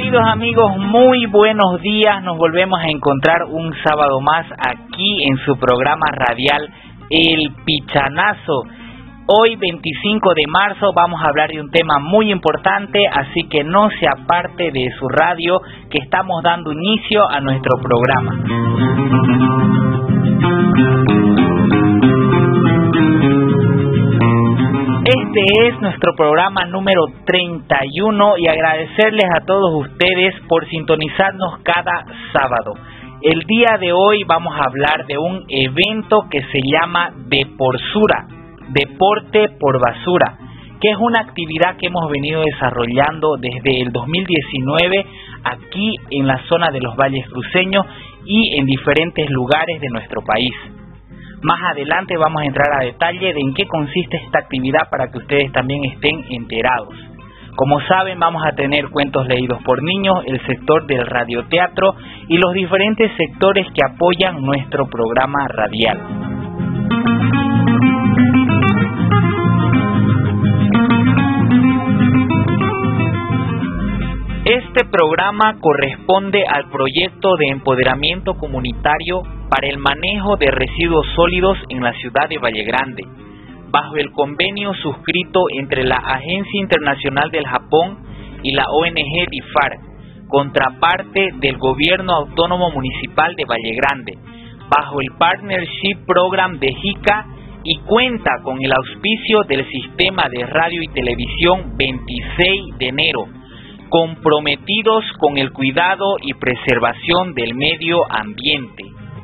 Queridos amigos, muy buenos días. Nos volvemos a encontrar un sábado más aquí en su programa radial El Pichanazo. Hoy 25 de marzo vamos a hablar de un tema muy importante, así que no se aparte de su radio, que estamos dando inicio a nuestro programa. Este es nuestro programa número 31 y agradecerles a todos ustedes por sintonizarnos cada sábado. El día de hoy vamos a hablar de un evento que se llama Deporsura, Deporte por Basura, que es una actividad que hemos venido desarrollando desde el 2019 aquí en la zona de los Valles Cruceños y en diferentes lugares de nuestro país. Más adelante vamos a entrar a detalle de en qué consiste esta actividad para que ustedes también estén enterados. Como saben, vamos a tener cuentos leídos por niños, el sector del radioteatro y los diferentes sectores que apoyan nuestro programa radial. Este programa corresponde al proyecto de empoderamiento comunitario para el manejo de residuos sólidos en la ciudad de Valle Grande, bajo el convenio suscrito entre la Agencia Internacional del Japón y la ONG DIFAR, contraparte del Gobierno Autónomo Municipal de Valle Grande, bajo el Partnership Program de JICA y cuenta con el auspicio del Sistema de Radio y Televisión 26 de enero, comprometidos con el cuidado y preservación del medio ambiente.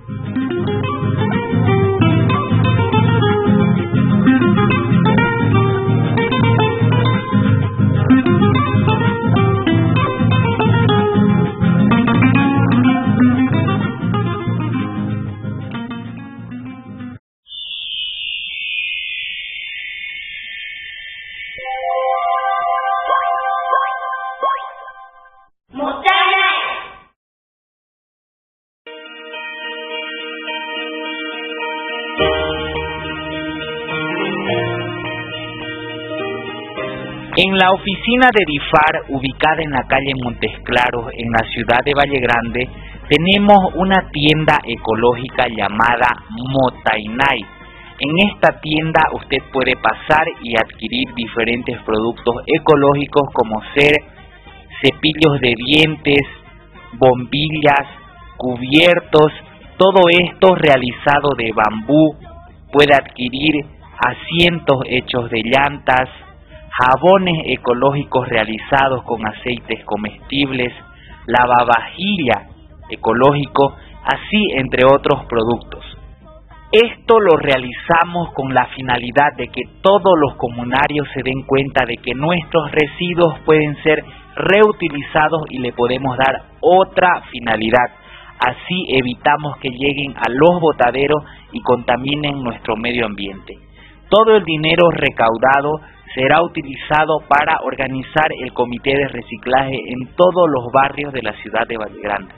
En la oficina de DIFAR, ubicada en la calle Montes Claros, en la ciudad de Valle Grande, tenemos una tienda ecológica llamada Motainai. En esta tienda usted puede pasar y adquirir diferentes productos ecológicos como ser cepillos de dientes, bombillas, cubiertos, todo esto realizado de bambú. Puede adquirir asientos hechos de llantas, jabones ecológicos realizados con aceites comestibles, lavavajilla ecológico, así entre otros productos. Esto lo realizamos con la finalidad de que todos los comunarios se den cuenta de que nuestros residuos pueden ser reutilizados y le podemos dar otra finalidad. Así evitamos que lleguen a los botaderos y contaminen nuestro medio ambiente. Todo el dinero recaudado será utilizado para organizar el comité de reciclaje en todos los barrios de la ciudad de Valle Grande.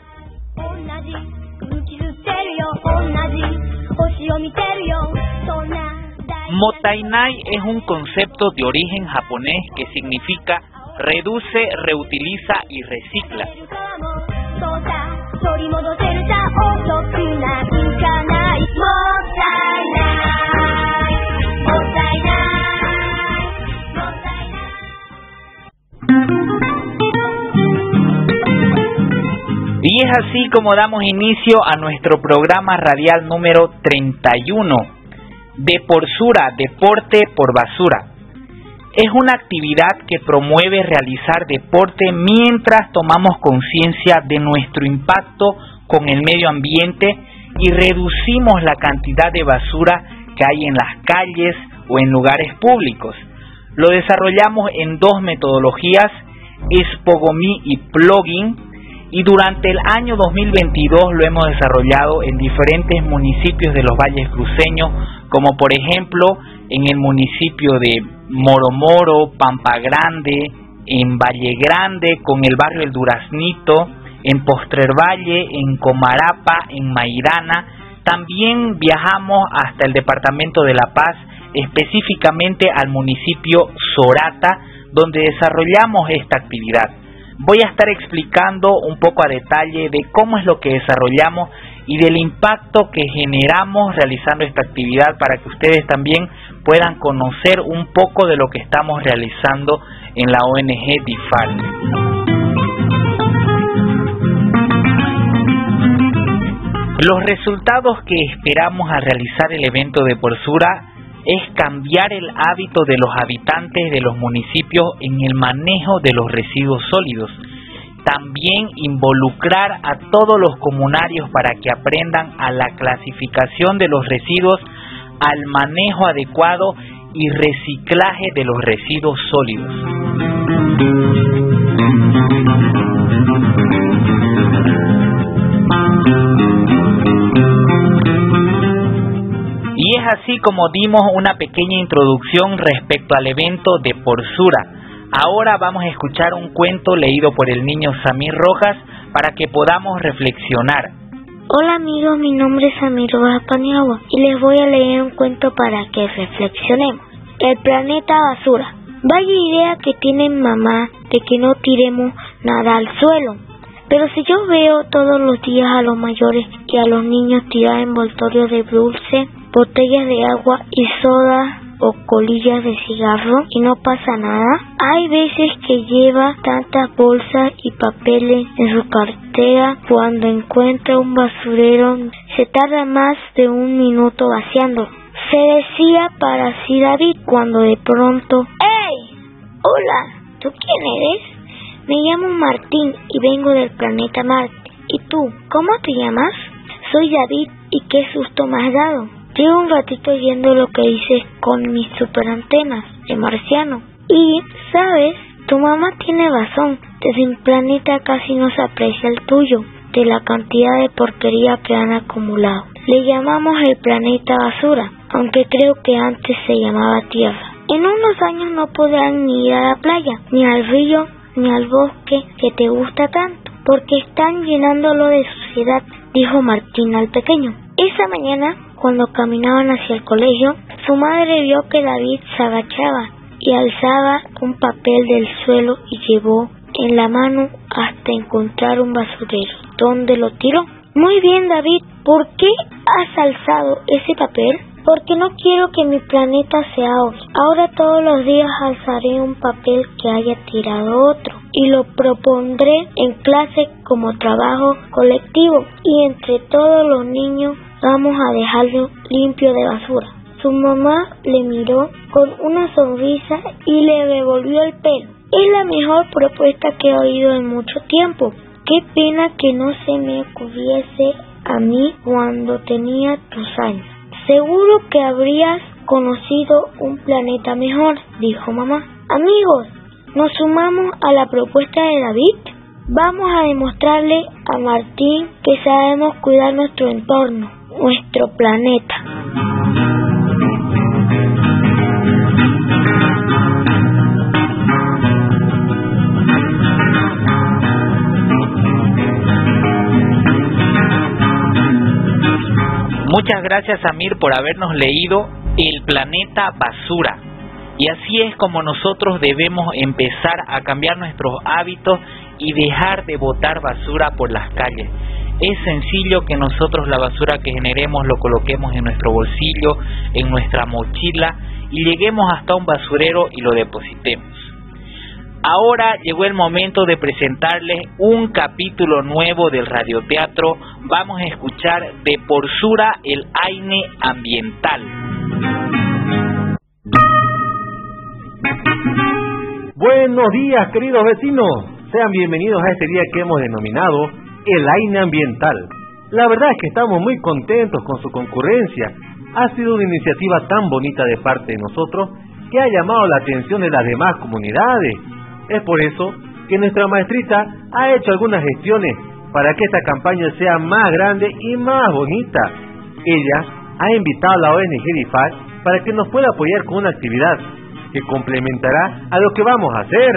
Motainai es un concepto de origen japonés que significa reduce, reutiliza y recicla. Y es así como damos inicio a nuestro programa radial número 31, Deporsura, Deporte por Basura. Es una actividad que promueve realizar deporte mientras tomamos conciencia de nuestro impacto con el medio ambiente y reducimos la cantidad de basura que hay en las calles o en lugares públicos. Lo desarrollamos en dos metodologías, Spogomí y Plugin, y durante el año 2022 lo hemos desarrollado en diferentes municipios de los Valles Cruceños, como por ejemplo en el municipio de Moromoro, Pampa Grande, en Valle Grande, con el barrio El Duraznito, en Postrer Valle, en Comarapa, en Mairana. También viajamos hasta el departamento de La Paz, específicamente al municipio Sorata, donde desarrollamos esta actividad. voy a estar explicando un poco a detalle de cómo es lo que desarrollamos y del impacto que generamos realizando esta actividad para que ustedes también puedan conocer un poco de lo que estamos realizando en la ONG DIFAR. Los resultados que esperamos al realizar el evento de Porsura es cambiar el hábito de los habitantes de los municipios en el manejo de los residuos sólidos. También involucrar a todos los comunarios para que aprendan a la clasificación de los residuos, al manejo adecuado y reciclaje de los residuos sólidos. Y es así como dimos una pequeña introducción respecto al evento de Porsura. Ahora vamos a escuchar un cuento leído por el niño Samir Rojas para que podamos reflexionar. Hola amigos, mi nombre es Samir Rojas Paniagua y les voy a leer un cuento para que reflexionemos. El planeta basura. Vaya idea que tiene mamá de que no tiremos nada al suelo. Pero si yo veo todos los días a los mayores y a los niños tirar envoltorios de dulce, botellas de agua y soda o colillas de cigarro y no pasa nada. Hay veces que lleva tantas bolsas y papeles en su cartera, cuando encuentra un basurero se tarda más de un minuto vaciando. Se decía para sí David cuando de pronto: ¡Hey! Hola, ¿tú quién eres? Me llamo Martín y vengo del planeta Marte. ¿Y tú? ¿Cómo te llamas? Soy David. ¿Y qué susto me has dado? Llevo un ratito oyendo lo que dices con mis superantenas de marciano. Y, ¿sabes? Tu mamá tiene razón. Desde mi planeta casi no se aprecia el tuyo, de la cantidad de porquería que han acumulado. Le llamamos el planeta basura, aunque creo que antes se llamaba Tierra. En unos años no podrán ni ir a la playa, ni al río, ni al bosque que te gusta tanto, porque están llenándolo de suciedad, dijo Martín al pequeño. Esa mañana, cuando caminaban hacia el colegio, su madre vio que David se agachaba y alzaba un papel del suelo y llevó en la mano hasta encontrar un basurero, donde lo tiró. Muy bien, David, ¿por qué has alzado ese papel? Porque no quiero que mi planeta se ahogue. Ahora todos los días alzaré un papel que haya tirado otro y lo propondré en clase como trabajo colectivo, y entre todos los niños vamos a dejarlo limpio de basura. Su mamá le miró con una sonrisa y le revolvió el pelo. Es la mejor propuesta que he oído en mucho tiempo. Qué pena que no se me ocurriese a mí cuando tenía tus años. Seguro que habrías conocido un planeta mejor, dijo mamá. Amigos, ¿nos sumamos a la propuesta de David? Vamos a demostrarle a Martín que sabemos cuidar nuestro entorno, nuestro planeta. Muchas gracias, Samir, por habernos leído El planeta basura. Y así es como nosotros debemos empezar a cambiar nuestros hábitos y dejar de botar basura por las calles. Es sencillo que nosotros la basura que generemos lo coloquemos en nuestro bolsillo, en nuestra mochila, y lleguemos hasta un basurero y lo depositemos. Ahora llegó el momento de presentarles un capítulo nuevo del radioteatro. Vamos a escuchar de Porsura, el Aine ambiental. Buenos días, queridos vecinos. Sean bienvenidos a este día que hemos denominado el Aine ambiental. La verdad es que estamos muy contentos con su concurrencia. Ha sido una iniciativa tan bonita de parte de nosotros que ha llamado la atención de las demás comunidades. Es por eso que nuestra maestrita ha hecho algunas gestiones para que esta campaña sea más grande y más bonita. Ella ha invitado a la ONG DIFAR para que nos pueda apoyar con una actividad que complementará a lo que vamos a hacer.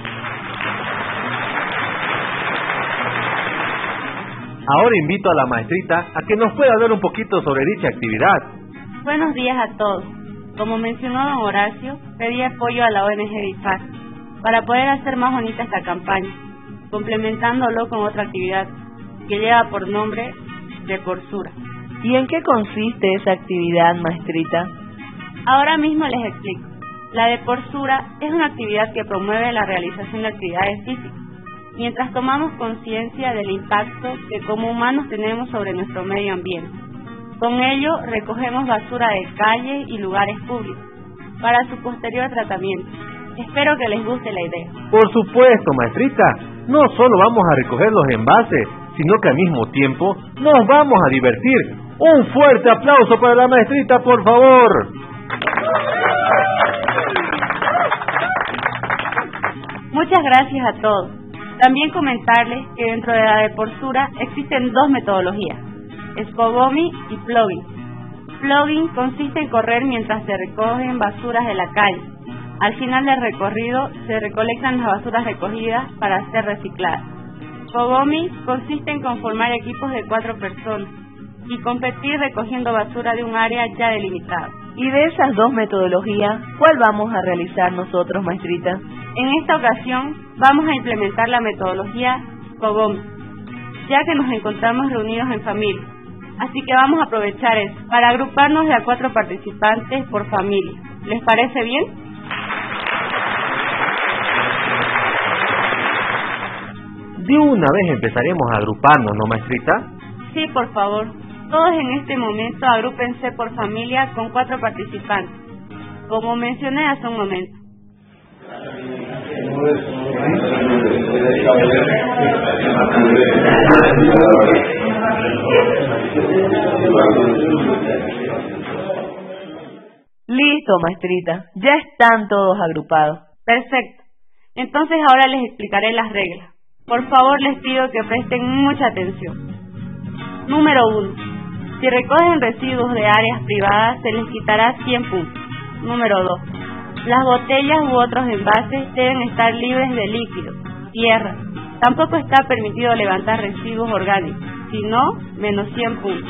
Ahora invito a la maestrita a que nos pueda hablar un poquito sobre dicha actividad. Buenos días a todos. Como mencionó don Horacio, pedí apoyo a la ONG DIFAR para poder hacer más bonita esta campaña. complementándolo con otra actividad que lleva por nombre Deporsura. ¿Y en qué consiste esa actividad, maestrita? Ahora mismo les explico. La Deporsura es una actividad que promueve la realización de actividades físicas, mientras tomamos conciencia del impacto que como humanos tenemos sobre nuestro medio ambiente. Con ello, recogemos basura de calles y lugares públicos, para su posterior tratamiento. Espero que les guste la idea. Por supuesto, maestrita. No solo vamos a recoger los envases, sino que al mismo tiempo nos vamos a divertir. Un fuerte aplauso para la maestrita, por favor. Muchas gracias a todos. También comentarles que dentro de la Deporsura existen dos metodologías, Scogomi y Plogging. Plogging consiste en correr mientras se recogen basuras de la calle. Al final del recorrido se recolectan las basuras recogidas para ser recicladas. Scogomi consiste en conformar equipos de 4 personas y competir recogiendo basura de un área ya delimitada. Y de esas dos metodologías, ¿cuál vamos a realizar nosotros, maestrita? En esta ocasión vamos a implementar la metodología Scogomi, ya que nos encontramos reunidos en familia. Así que vamos a aprovechar eso para agruparnos de a 4 participantes por familia. ¿Les parece bien? De una vez empezaremos a agruparnos, ¿no, maestrita? Sí, por favor. Todos en este momento agrúpense por familia con 4 participantes, como mencioné hace un momento. Listo, maestrita. Ya están todos agrupados. Perfecto. Entonces ahora les explicaré las reglas. Por favor, les pido que presten mucha atención. Número 1. Si recogen residuos de áreas privadas, se les quitará 100 puntos. Número 2. Las botellas u otros envases deben estar libres de líquidos, tierra. Tampoco está permitido levantar residuos orgánicos, si no, menos 100 puntos.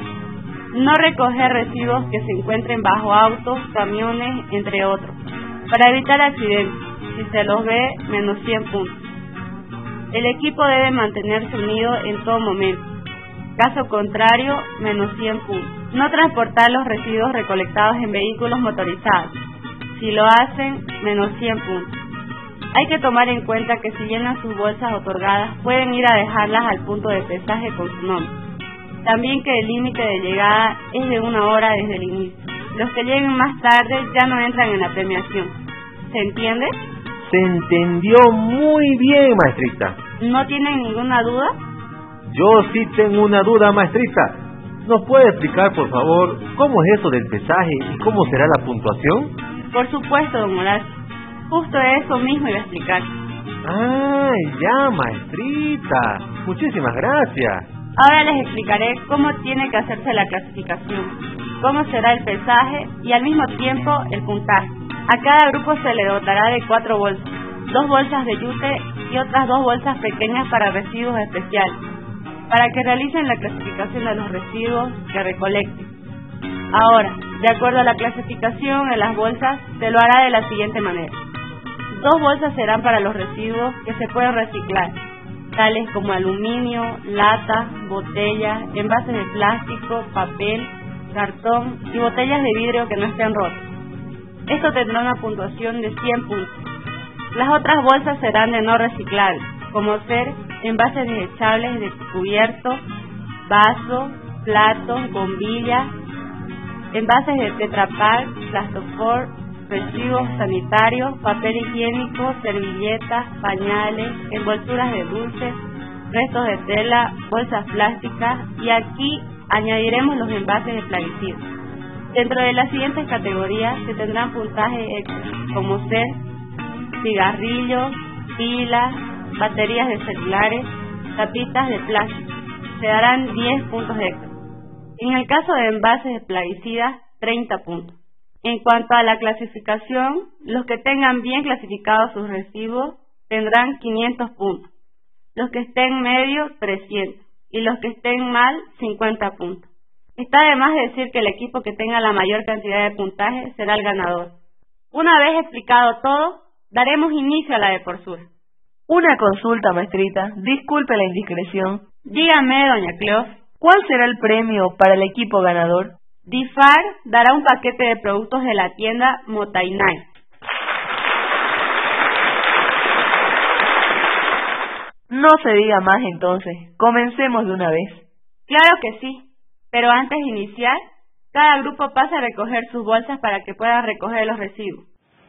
No recoger residuos que se encuentren bajo autos, camiones, entre otros, para evitar accidentes. Si se los ve, menos 100 puntos. El equipo debe mantenerse unido en todo momento. Caso contrario, menos 100 puntos. No transportar los residuos recolectados en vehículos motorizados. Si lo hacen, menos 100 puntos. Hay que tomar en cuenta que si llenan sus bolsas otorgadas, pueden ir a dejarlas al punto de pesaje con su nombre. También que el límite de llegada es de 1 hora desde el inicio. Los que lleguen más tarde ya no entran en la premiación. ¿Se entiende? Se entendió muy bien, maestrita. ¿No tienen ninguna duda? Yo sí tengo una duda, maestrita. ¿Nos puede explicar, por favor, cómo es eso del pesaje y cómo será la puntuación? Por supuesto, don Horacio. Justo eso mismo iba a explicar. ¡Ah, ya, maestrita! Muchísimas gracias. Ahora les explicaré cómo tiene que hacerse la clasificación, cómo será el pesaje y al mismo tiempo el puntaje. A cada grupo se le dotará de 4 bolsas, 2 bolsas de yute y otras 2 bolsas pequeñas para residuos especiales, para que realicen la clasificación de los residuos que recolecten. Ahora, de acuerdo a la clasificación en las bolsas, se lo hará de la siguiente manera. 2 bolsas serán para los residuos que se pueden reciclar, tales como aluminio, lata, botella, envases de plástico, papel, cartón y botellas de vidrio que no estén rotas. Esto tendrá una puntuación de 100 puntos. Las otras bolsas serán de no reciclables, como ser envases desechables de cubiertos, vasos, platos, bombillas, envases de Tetra Pak, Plastofor, residuos sanitarios, papel higiénico, servilletas, pañales, envolturas de dulces, restos de tela, bolsas plásticas y aquí añadiremos los envases de plaguicidas. Dentro de las siguientes categorías se tendrán puntajes extras, como ser cigarrillos, pilas, baterías de celulares, tapitas de plástico. Se darán 10 puntos extras. En el caso de envases de plaguicidas, 30 puntos. En cuanto a la clasificación, los que tengan bien clasificados sus residuos tendrán 500 puntos. Los que estén medios, 300. Y los que estén mal, 50 puntos. Está de más decir que el equipo que tenga la mayor cantidad de puntaje será el ganador. Una vez explicado todo, daremos inicio a la Deporsura. Una consulta, maestrita. Disculpe la indiscreción. Dígame, doña Cleos. ¿Cuál será el premio para el equipo ganador? DIFAR dará un paquete de productos de la tienda Motainai. No se diga más entonces. Comencemos de una vez. Claro que sí, pero antes de iniciar, cada grupo pasa a recoger sus bolsas para que puedan recoger los residuos.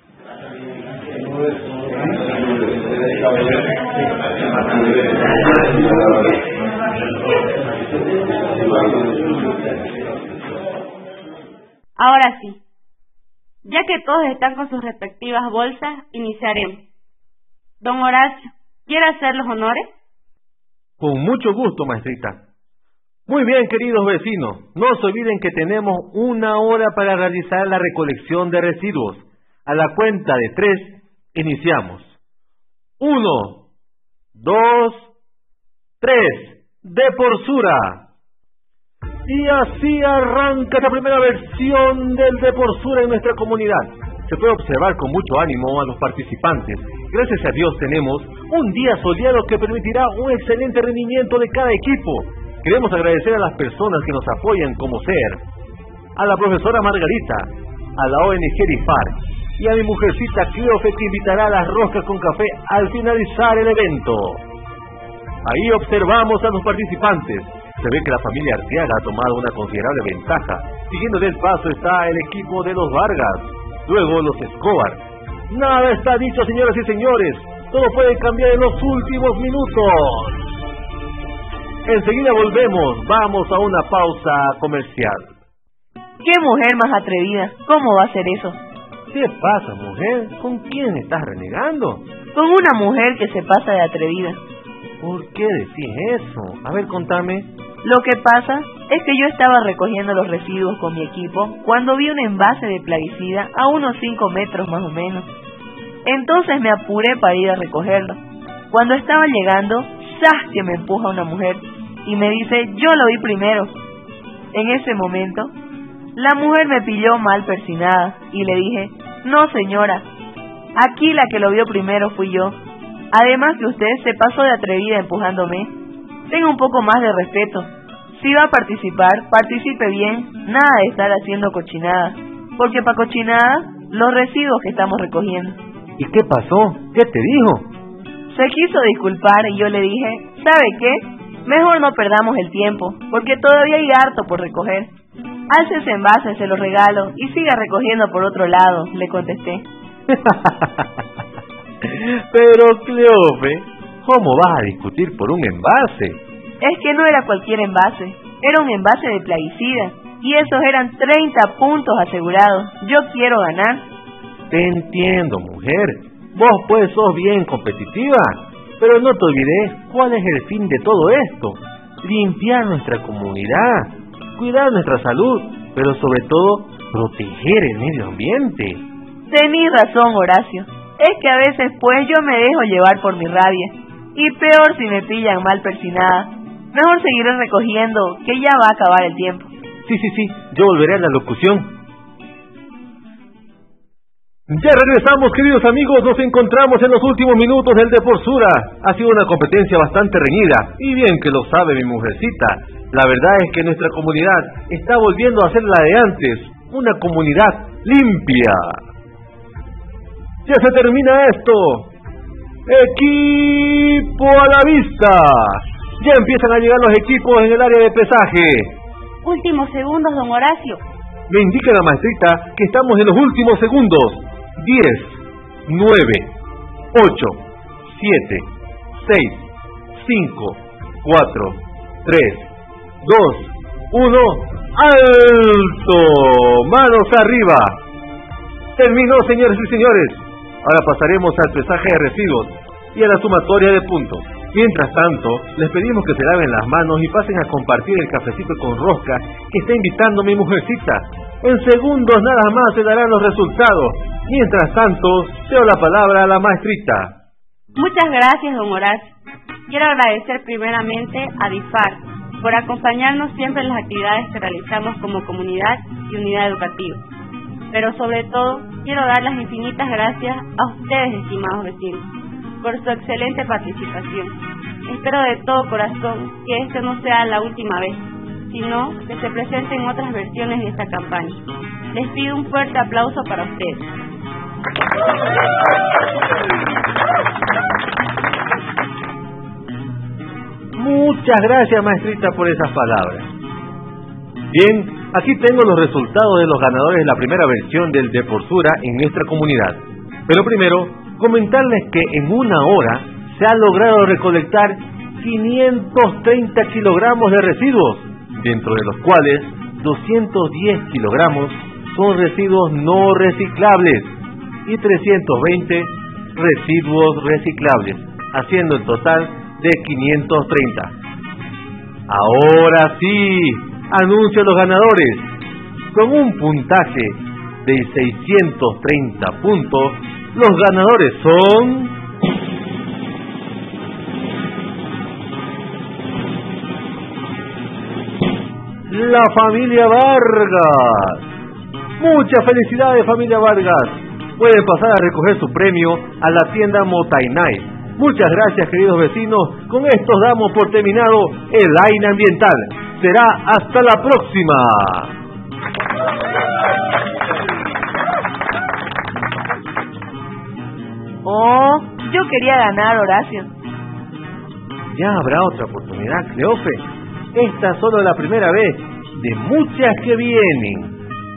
Ahora sí, ya que todos están con sus respectivas bolsas, iniciaremos. Don Horacio, ¿quiere hacer los honores? Con mucho gusto, maestrita. Muy bien, queridos vecinos, no se olviden que tenemos 1 hora para realizar la recolección de residuos. A la cuenta de 3, iniciamos. 1, 2, 3, de Porsura. Y así arranca la primera versión del de Porsura en nuestra comunidad. Se puede observar con mucho ánimo a los participantes. Gracias a Dios tenemos un día soleado que permitirá un excelente rendimiento de cada equipo. Queremos agradecer a las personas que nos apoyan como SER, a la profesora Margarita, a la ONG DIFAR y a mi mujercita Cleofe, que invitará a las roscas con café al finalizar el evento. Ahí observamos a los participantes. Se ve que la familia Arteaga ha tomado una considerable ventaja. Siguiendo el paso está el equipo de los Vargas, luego los Escobar. Nada está dicho, señoras y señores. Todo puede cambiar en los últimos minutos. Enseguida volvemos. Vamos a una pausa comercial. ¡Qué mujer más atrevida! ¿Cómo va a ser eso? ¿Qué pasa, mujer? ¿Con quién estás renegando? Con una mujer que se pasa de atrevida. ¿Por qué decís eso? A ver, contame. Lo que pasa es que yo estaba recogiendo los residuos con mi equipo cuando vi un envase de plaguicida a unos 5 metros más o menos. Entonces me apuré para ir a recogerlo. Cuando estaba llegando, ¡zas!, que me empuja una mujer y me dice: yo lo vi primero. En ese momento, la mujer me pilló mal persinada y le dije: no, señora, aquí la que lo vio primero fui yo. Además que usted se pasó de atrevida empujándome. Tenga un poco más de respeto. Si va a participar, participe bien, nada de estar haciendo cochinada, porque para cochinada, los residuos que estamos recogiendo. ¿Y qué pasó? ¿Qué te dijo? Se quiso disculpar y yo le dije: ¿sabe qué? Mejor no perdamos el tiempo, porque todavía hay harto por recoger. Alce ese envase, se lo regalo, y siga recogiendo por otro lado, le contesté. Pero, Cleofe, ¿cómo vas a discutir por un envase? Es que no era cualquier envase, era un envase de plaguicida, y esos eran 30 puntos asegurados. Yo quiero ganar. Te entiendo, mujer. Vos pues sos bien competitiva, pero no te olvides cuál es el fin de todo esto: limpiar nuestra comunidad, cuidar nuestra salud, pero sobre todo proteger el medio ambiente. Tenís razón, Horacio. Es que a veces pues yo me dejo llevar por mi rabia, y peor si me pillan mal persinada. Mejor seguiré recogiendo, que ya va a acabar el tiempo. Sí, yo volveré a la locución. Ya regresamos, queridos amigos, nos encontramos en los últimos minutos del de Porsura. Ha sido una competencia bastante reñida, y bien que lo sabe mi mujercita. La verdad es que nuestra comunidad está volviendo a ser la de antes, una comunidad limpia. Ya se termina esto. Equipo a la vista. Ya empiezan a llegar los equipos en el área de pesaje. Últimos segundos, don Horacio. Me indica la maestrita que estamos en los últimos segundos. 10, 9, 8, 7, 6, 5, 4, 3, 2, 1. ¡Alto! ¡Manos arriba! Terminó, señores y señores. Ahora pasaremos al pesaje de residuos y a la sumatoria de puntos. Mientras tanto, les pedimos que se laven las manos y pasen a compartir el cafecito con rosca que está invitando mi mujercita. En segundos nada más se darán los resultados. Mientras tanto, cedo la palabra a la maestrita. Muchas gracias, don Horacio. Quiero agradecer primeramente a DIFAR por acompañarnos siempre en las actividades que realizamos como comunidad y unidad educativa. Pero sobre todo, quiero dar las infinitas gracias a ustedes, estimados vecinos, por su excelente participación. Espero de todo corazón que esta no sea la última vez, sino que se presenten otras versiones de esta campaña. Les pido un fuerte aplauso para ustedes. Muchas gracias, maestrita, por esas palabras. Bien, aquí tengo los resultados de los ganadores de la primera versión del Deporsura en nuestra comunidad. Pero primero, comentarles que en una hora se ha logrado recolectar 530 kilogramos de residuos, dentro de los cuales 210 kilogramos son residuos no reciclables y 320 residuos reciclables, haciendo el total de 530. Ahora sí, anuncio los ganadores. Con un puntaje de 630 puntos, los ganadores son... la familia Vargas. Muchas felicidades, familia Vargas. Pueden pasar a recoger su premio a la tienda Motainai. Muchas gracias, queridos vecinos. Con esto damos por terminado el AINA Ambiental. Será hasta la próxima. Oh, yo quería ganar, Horacio. Ya habrá otra oportunidad, Cleofe. Esta solo es la primera vez de muchas que vienen.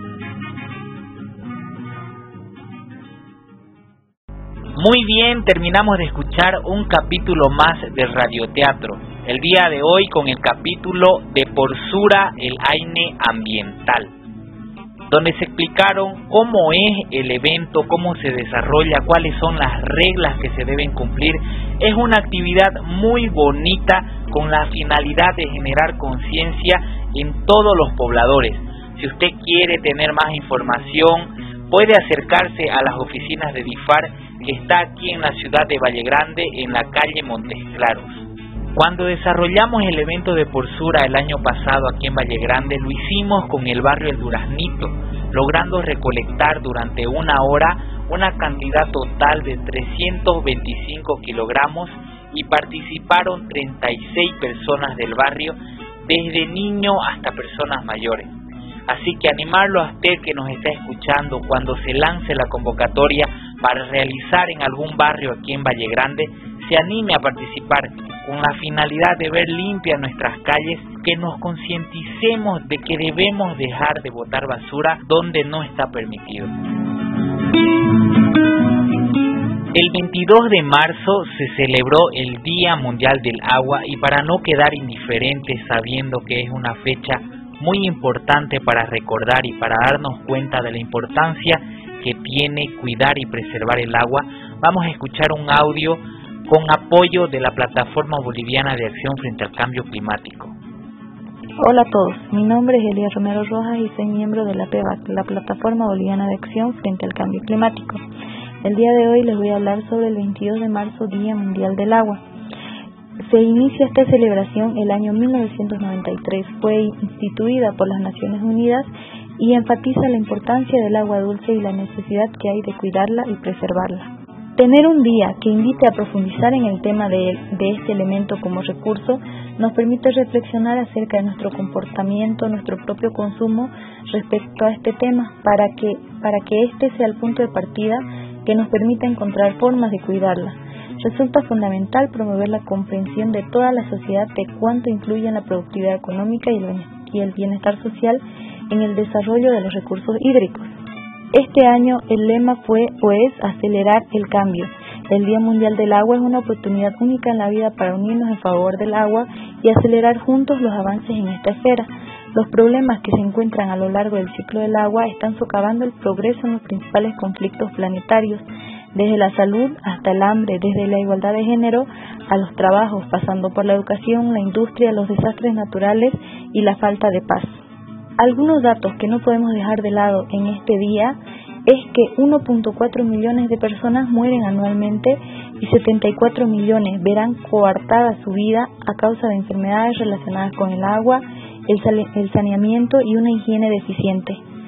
Muy bien, terminamos de escuchar un capítulo más de radioteatro. El día de hoy con el capítulo Deporsura, el AINE Ambiental, donde se explicaron cómo es el evento, cómo se desarrolla, cuáles son las reglas que se deben cumplir. Es una actividad muy bonita con la finalidad de generar conciencia en todos los pobladores. Si usted quiere tener más información, puede acercarse a las oficinas de DIFAR, que está aquí en la ciudad de Valle Grande, en la calle Montes Claros. Cuando desarrollamos el evento de Deporsura el año pasado aquí en Valle Grande, lo hicimos con el barrio El Duraznito, logrando recolectar durante una hora una cantidad total de 325 kilogramos y participaron 36 personas del barrio, desde niños hasta personas mayores. Así que animarlo a usted que nos está escuchando, cuando se lance la convocatoria para realizar en algún barrio aquí en Valle Grande, se anime a participar con la finalidad de ver limpias nuestras calles, que nos concienticemos de que debemos dejar de botar basura donde no está permitido. El 22 de marzo se celebró el Día Mundial del Agua, y para no quedar indiferentes sabiendo que es una fecha muy importante para recordar y para darnos cuenta de la importancia que tiene cuidar y preservar el agua, vamos a escuchar un audio con apoyo de la Plataforma Boliviana de Acción frente al Cambio Climático. Hola a todos, mi nombre es Elías Romero Rojas y soy miembro de la PEVAC, la Plataforma Boliviana de Acción frente al Cambio Climático. El día de hoy les voy a hablar sobre el 22 de marzo, Día Mundial del Agua. Se inicia esta celebración el año 1993, fue instituida por las Naciones Unidas y enfatiza la importancia del agua dulce y la necesidad que hay de cuidarla y preservarla. Tener un día que invite a profundizar en el tema de este elemento como recurso nos permite reflexionar acerca de nuestro comportamiento, nuestro propio consumo respecto a este tema, para que este sea el punto de partida que nos permita encontrar formas de cuidarla. Resulta fundamental promover la comprensión de toda la sociedad de cuánto influye en la productividad económica y el bienestar social en el desarrollo de los recursos hídricos. Este año el lema fue, pues, acelerar el cambio. El Día Mundial del Agua es una oportunidad única en la vida para unirnos en favor del agua y acelerar juntos los avances en esta esfera. Los problemas que se encuentran a lo largo del ciclo del agua están socavando el progreso en los principales conflictos planetarios, desde la salud hasta el hambre, desde la igualdad de género a los trabajos, pasando por la educación, la industria, los desastres naturales y la falta de paz. Algunos datos que no podemos dejar de lado en este día es que 1.4 millones de personas mueren anualmente y 74 millones verán coartada su vida a causa de enfermedades relacionadas con el agua, el saneamiento y una higiene deficiente.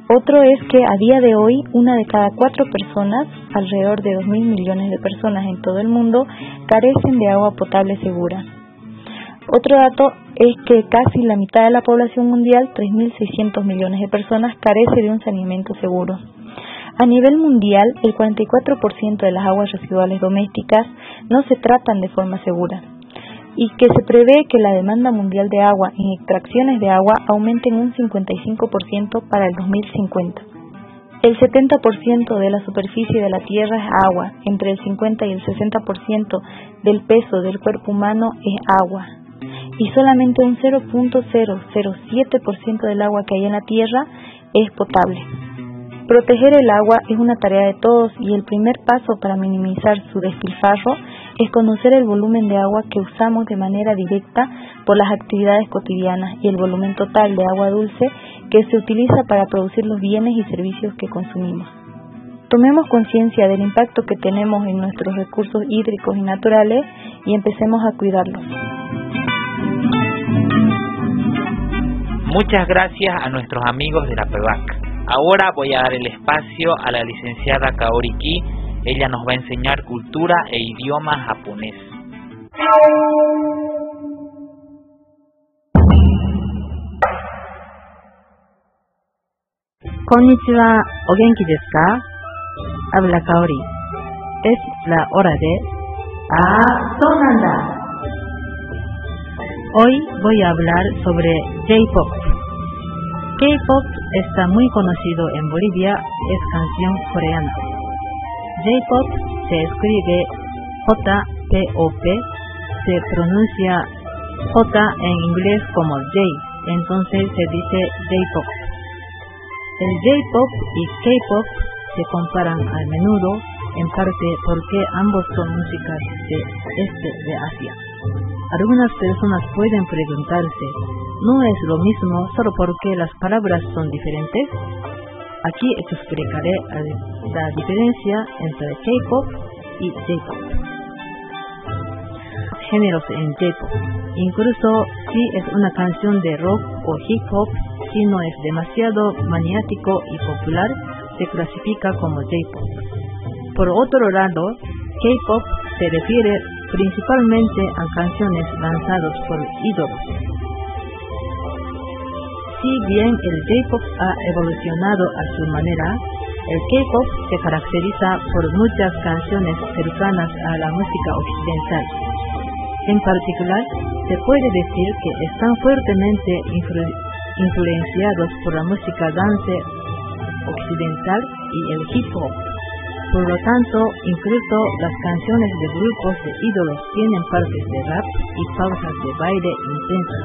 Otro es que a día de hoy, 1 de cada 4 personas, alrededor de 2.000 millones de personas en todo el mundo, carecen de agua potable segura. Otro dato es que casi la mitad de la población mundial, 3.600 millones de personas, carece de un saneamiento seguro. A nivel mundial, el 44% de las aguas residuales domésticas no se tratan de forma segura, y que se prevé que la demanda mundial de agua en extracciones de agua aumente en un 55% para el 2050. El 70% de la superficie de la Tierra es agua, entre el 50 y el 60% del peso del cuerpo humano es agua, y solamente un 0.007% del agua que hay en la Tierra es potable. Proteger el agua es una tarea de todos y el primer paso para minimizar su despilfarro es conocer el volumen de agua que usamos de manera directa por las actividades cotidianas y el volumen total de agua dulce que se utiliza para producir los bienes y servicios que consumimos. Tomemos conciencia del impacto que tenemos en nuestros recursos hídricos y naturales y empecemos a cuidarlos. Muchas gracias a nuestros amigos de la PEVAC. Ahora voy a dar el espacio a la licenciada Kaori Ki. Ella nos va a enseñar cultura e idioma japonés. Konnichiwa, ¿o genki desu ka? Habla Kaori. Es la hora de... ¡Ah, sonanda! Hoy voy a hablar sobre J-Pop. K-Pop está muy conocido en Bolivia, es canción coreana. J-Pop se escribe J-P-O-P, se pronuncia J en inglés como J, entonces se dice J-Pop. El J-Pop y K-Pop se comparan a menudo, en parte porque ambos son músicas de Asia. Algunas personas pueden preguntarse, ¿no es lo mismo solo porque las palabras son diferentes? Aquí explicaré la diferencia entre K-Pop y J-Pop. Géneros en J-Pop. Incluso si es una canción de rock o hip-hop, si no es demasiado maniático y popular, se clasifica como J-Pop. Por otro lado, K-Pop se refiere principalmente a canciones lanzadas por ídolos. Si bien el J-Pop ha evolucionado a su manera, el K-Pop se caracteriza por muchas canciones cercanas a la música occidental. En particular, se puede decir que están fuertemente influenciados por la música dance occidental y el hip-hop. Por lo tanto, incluso las canciones de grupos de ídolos tienen partes de rap y pausas de baile intensas.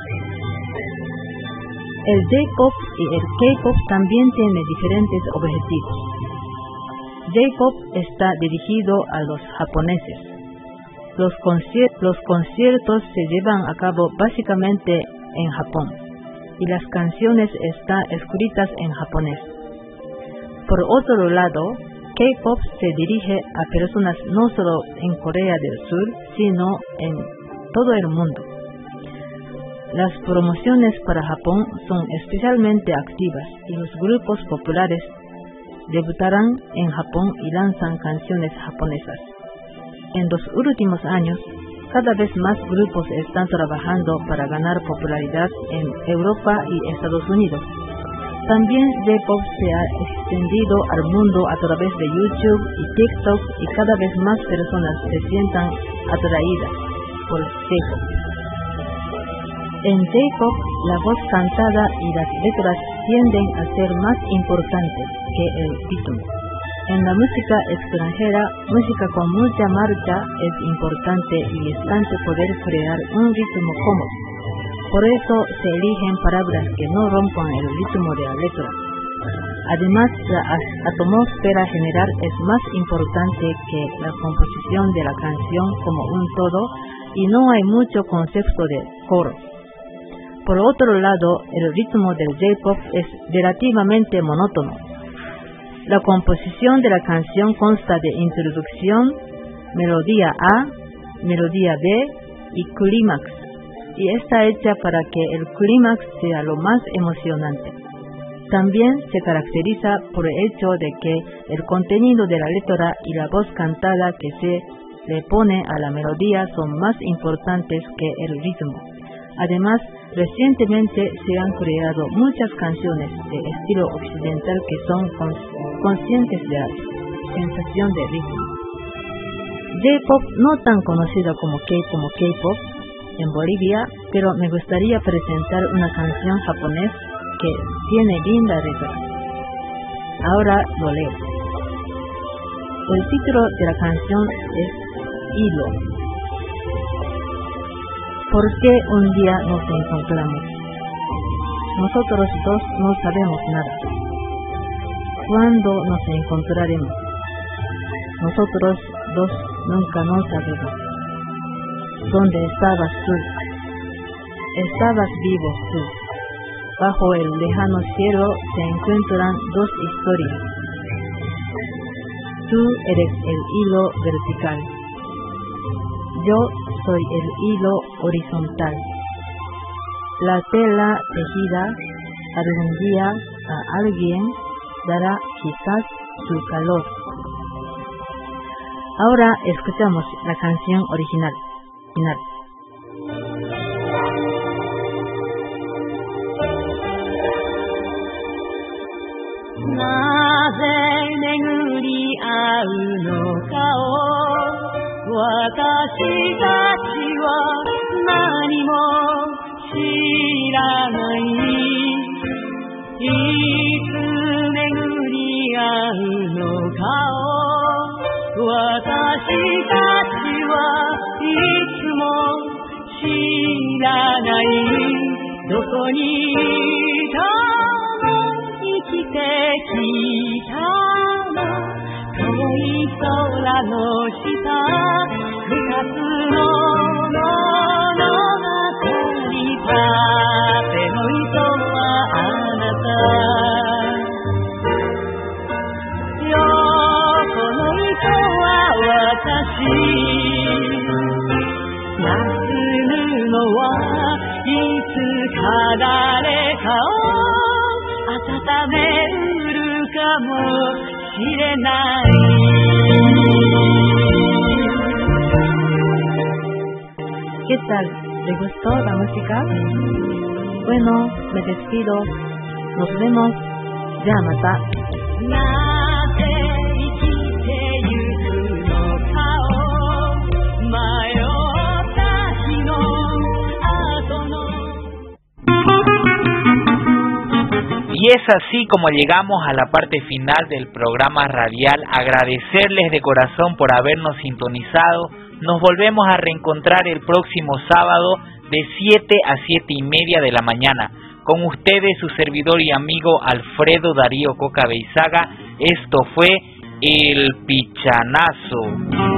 El J-Pop y el K-Pop también tienen diferentes objetivos. J-Pop está dirigido a los japoneses. Los conciertos se llevan a cabo básicamente en Japón y las canciones están escritas en japonés. Por otro lado, K-Pop se dirige a personas no solo en Corea del Sur, sino en todo el mundo. Las promociones para Japón son especialmente activas y los grupos populares debutarán en Japón y lanzan canciones japonesas. En los últimos años, cada vez más grupos están trabajando para ganar popularidad en Europa y Estados Unidos. También J-Pop se ha extendido al mundo a través de YouTube y TikTok y cada vez más personas se sientan atraídas por J-Pop. En J-Pop, la voz cantada y las letras tienden a ser más importantes que el ritmo. En la música extranjera, música con mucha marcha es importante y es antes poder crear un ritmo cómodo. Por eso se eligen palabras que no rompan el ritmo de la letra. Además, la atmósfera general es más importante que la composición de la canción como un todo y no hay mucho concepto de coro. Por otro lado, el ritmo del J-Pop es relativamente monótono. La composición de la canción consta de introducción, melodía A, melodía B y clímax, y está hecha para que el clímax sea lo más emocionante. También se caracteriza por el hecho de que el contenido de la letra y la voz cantada que se le pone a la melodía son más importantes que el ritmo. Además, recientemente se han creado muchas canciones de estilo occidental que son conscientes de la sensación de ritmo. J-pop, no tan conocido como K-pop en Bolivia, pero me gustaría presentar una canción japonesa que tiene linda letra. Ahora lo leo. El título de la canción es Hilo. ¿Por qué un día nos encontramos? Nosotros dos no sabemos nada. ¿Cuándo nos encontraremos? Nosotros dos nunca nos sabemos. ¿Dónde estabas tú? Estabas vivo tú. Bajo el lejano cielo se encuentran dos historias. Tú eres el hilo vertical. Yo soy el hilo horizontal. La tela tejida algún día a alguien dará quizás su calor. Ahora escuchamos la canción original. Final. なぜ巡り合うのかを私たちは何も知らない。いつ巡り合うのかを私たちはいつも知らない。どこにいた生きてきたの遠い空の下二つの物語縦の糸はあなた横の糸は私休むのはいつか誰かを温めうるかもしれない。 ¿Qué tal? ¿Le gustó la música? Bueno, me despido. Nos vemos. Ya, mata. なぜ生きてゆくのかを迷った日の後の Y es así como llegamos a la parte final del programa radial. Agradecerles de corazón por habernos sintonizado. Nos volvemos a reencontrar el próximo sábado de 7 a 7:30 de la mañana. Con ustedes su servidor y amigo Alfredo Darío Coca Beizaga. Esto fue El Pichanazo.